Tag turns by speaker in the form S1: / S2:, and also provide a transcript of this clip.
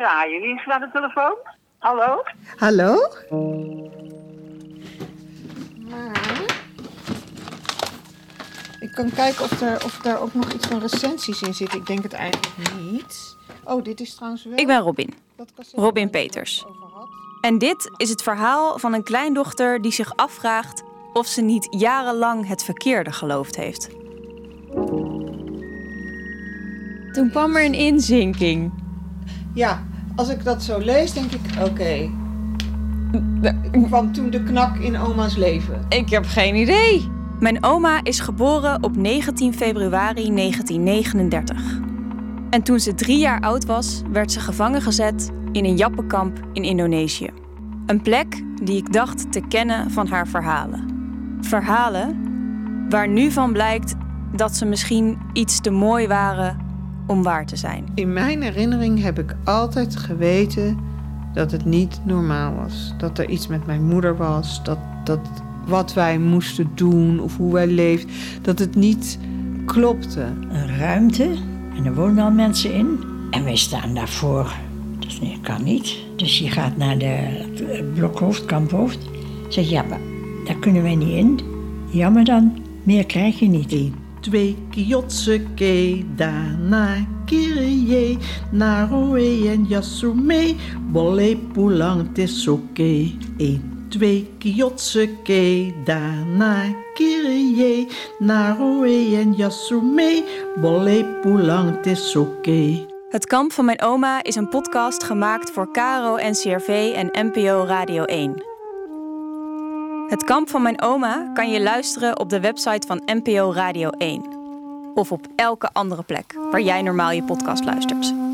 S1: draaien. Wie is er aan de telefoon? Hallo?
S2: Hallo? Ik kan kijken of daar ook nog iets van recensies in zit. Ik denk het eigenlijk niet. Oh, dit is trouwens wel...
S3: Ik ben Robin. Robin Peters. En dit is het verhaal van een kleindochter die zich afvraagt of ze niet jarenlang het verkeerde geloofd heeft. Toen kwam er een inzinking.
S2: Ja, als ik dat zo lees, denk ik, oké. Er kwam toen de knak in oma's leven.
S3: Ik heb geen idee. Mijn oma is geboren op 19 februari 1939. En toen ze 3 jaar oud was, werd ze gevangen gezet in een jappenkamp in Indonesië. Een plek die ik dacht te kennen van haar verhalen. Verhalen waar nu van blijkt dat ze misschien iets te mooi waren om waar te zijn.
S2: In mijn herinnering heb ik altijd geweten dat het niet normaal was. Dat er iets met mijn moeder was, dat wat wij moesten doen of hoe wij leefden, dat het niet klopte.
S4: Een ruimte en er wonen al mensen in. En wij staan daarvoor. Dus nee, kan niet. Dus je gaat naar de blokhoofd, kamphoofd. Zeg ja, maar daar kunnen wij niet in. Jammer dan, meer krijg je niet.
S5: 1, 2, Kiyotsuke, Dana, Kirije, Naroe en Yasume, Bolle pulang tesoke. 1, 2, Kiyotsuke, Dana, Kirije, Naroe en Yasume, Bolle pulang tesoke.
S3: Het kamp van mijn oma is een podcast gemaakt voor KRO NCRV en NPO Radio 1. Het kamp van mijn oma kan je luisteren op de website van NPO Radio 1. Of op elke andere plek waar jij normaal je podcast luistert.